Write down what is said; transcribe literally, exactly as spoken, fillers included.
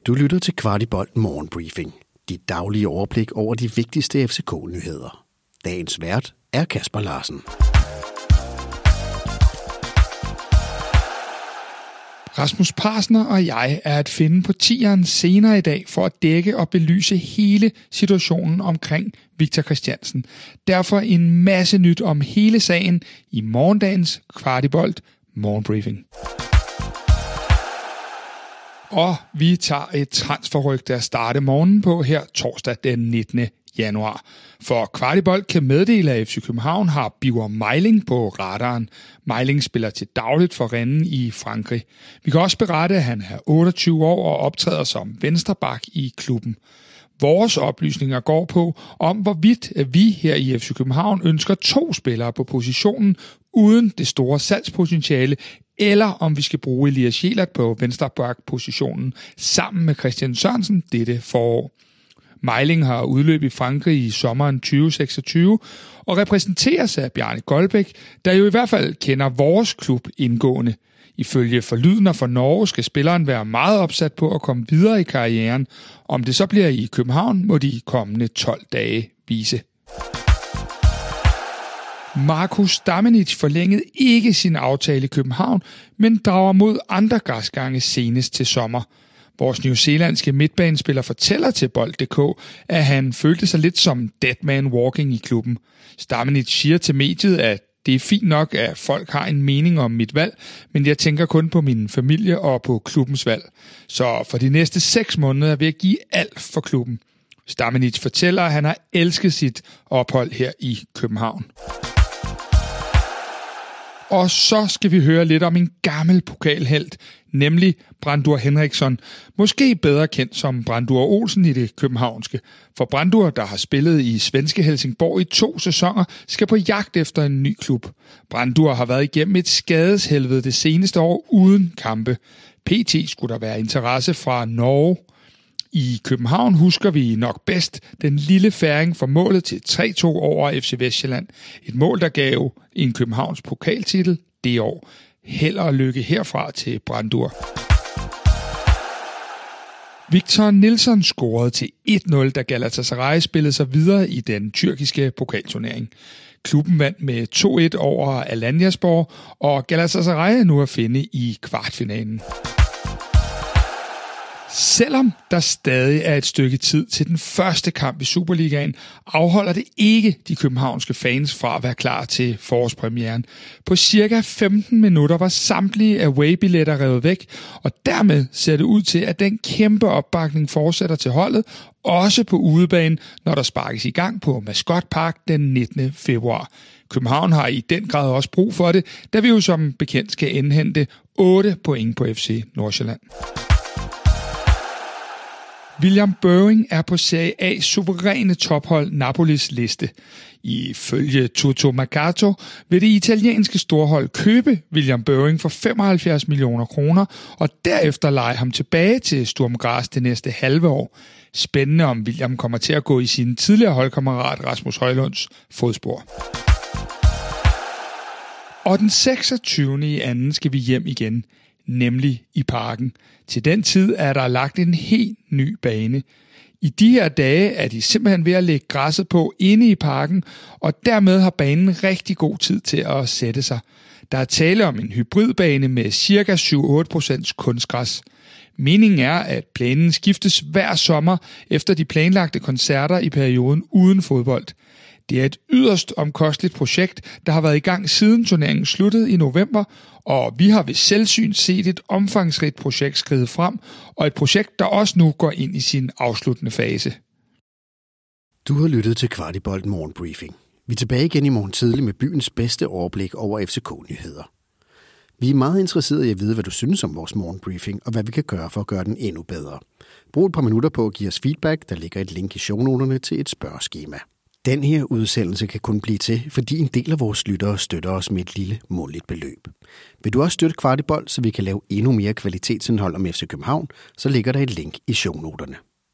Du lytter til Kvartibolt Morgenbriefing. Dit daglige overblik over de vigtigste F C K-nyheder. Dagens vært er Kasper Larsen. Rasmus Parsner og jeg er at finde på tieren senere i dag for at dække og belyse hele situationen omkring Victor Christiansen. Derfor en masse nyt om hele sagen i morgendagens Kvartibolt Morgenbriefing. Og vi tager et transferrygte at starte morgenen på her torsdag den nittende januar. For Kvartibolt kan meddele, at F C København har Birger Meling på radaren. Meling spiller til dagligt for Rennes i Frankrig. Vi kan også berette, at han er otteogtyve år og optræder som venstreback i klubben. Vores oplysninger går på, om hvorvidt vi her i F C København ønsker to spillere på positionen uden det store salgspotentiale, eller om vi skal bruge Elias Sjælert på venstreback-positionen sammen med Christian Sørensen dette forår. Meling har udløb i Frankrig i sommeren tyve seksogtyve og repræsenteres af Bjarne Goldbæk, der jo i hvert fald kender vores klub indgående. Ifølge forlydender fra Norge skal spilleren være meget opsat på at komme videre i karrieren. Om det så bliver i København, må de kommende tolv dage vise. Markus Stamenic forlængede ikke sin aftale i København, men drager mod andre græsgange senest til sommer. Vores newzealandske midtbanespiller fortæller til Bold punktum d k, at han følte sig lidt som dead man walking i klubben. Stamenic siger til mediet, at det er fint nok, at folk har en mening om mit valg, men jeg tænker kun på min familie og på klubbens valg. Så for de næste seks måneder vil jeg give alt for klubben. Stamenic fortæller, at han har elsket sit ophold her i København. Og så skal vi høre lidt om en gammel pokalhelt, nemlig Brandur Henriksson, måske bedre kendt som Brandur Olsen i det københavnske. For Brandur, der har spillet i svenske Helsingborg i to sæsoner, skal på jagt efter en ny klub. Brandur har været igennem et skadeshelvede det seneste år uden kampe. P T skulle der være interesse fra Norge. I København husker vi nok bedst den lille færing for målet til tre to over F C Vestsjælland. Et mål, der gav en Københavns pokaltitel det år. Held og lykke herfra til Brandur. Victor Nilsson scorede til et nul, da Galatasaray spillede sig videre i den tyrkiske pokalturnering. Klubben vandt med to et over Alanyaspor, og Galatasaray er nu at finde i kvartfinalen. Selvom der stadig er et stykke tid til den første kamp i Superligaen, afholder det ikke de københavnske fans fra at være klar til forårspremieren. På cirka femten minutter var samtlige away-billetter revet væk, og dermed ser det ud til, at den kæmpe opbakning fortsætter til holdet, også på udebane, når der sparkes i gang på Mascot Park den nittende februar. København har i den grad også brug for det, da vi jo som bekendt skal indhente otte point på F C Nordsjælland. William Boring er på Serie A's suveræne tophold Napolis liste. Ifølge Tutto Mercato vil det italienske storhold købe William Boring for femoghalvfjerds millioner kroner og derefter leje ham tilbage til Sturm Graz det næste halve år. Spændende om William kommer til at gå i sin tidligere holdkammerat Rasmus Højlunds fodspor. Og den seksogtyvende i anden skal vi hjem igen, nemlig i Parken. Til den tid er der lagt en helt ny bane. I de her dage er de simpelthen ved at lægge græsset på inde i Parken, og dermed har banen rigtig god tid til at sætte sig. Der er tale om en hybridbane med ca. syv til otte procent kunstgræs. Meningen er, at planen skiftes hver sommer efter de planlagte koncerter i perioden uden fodbold. Det er et yderst omkosteligt projekt, der har været i gang siden turneringen sluttede i november, og vi har ved selvsyn set et omfangsrigt projekt skride frem, og et projekt, der også nu går ind i sin afsluttende fase. Du har lyttet til Kvartibolt Morgenbriefing. Vi er tilbage igen i morgen tidlig med byens bedste overblik over F C K-nyheder. Vi er meget interesserede i at vide, hvad du synes om vores morgenbriefing, og hvad vi kan gøre for at gøre den endnu bedre. Brug et par minutter på at give os feedback, der ligger et link i shownoterne til et spørgeskema. Den her udsendelse kan kun blive til, fordi en del af vores lyttere støtter os med et lille månedligt beløb. Vil du også støtte Kvartibolt, så vi kan lave endnu mere kvalitetsindhold om F C København, så ligger der et link i shownoterne.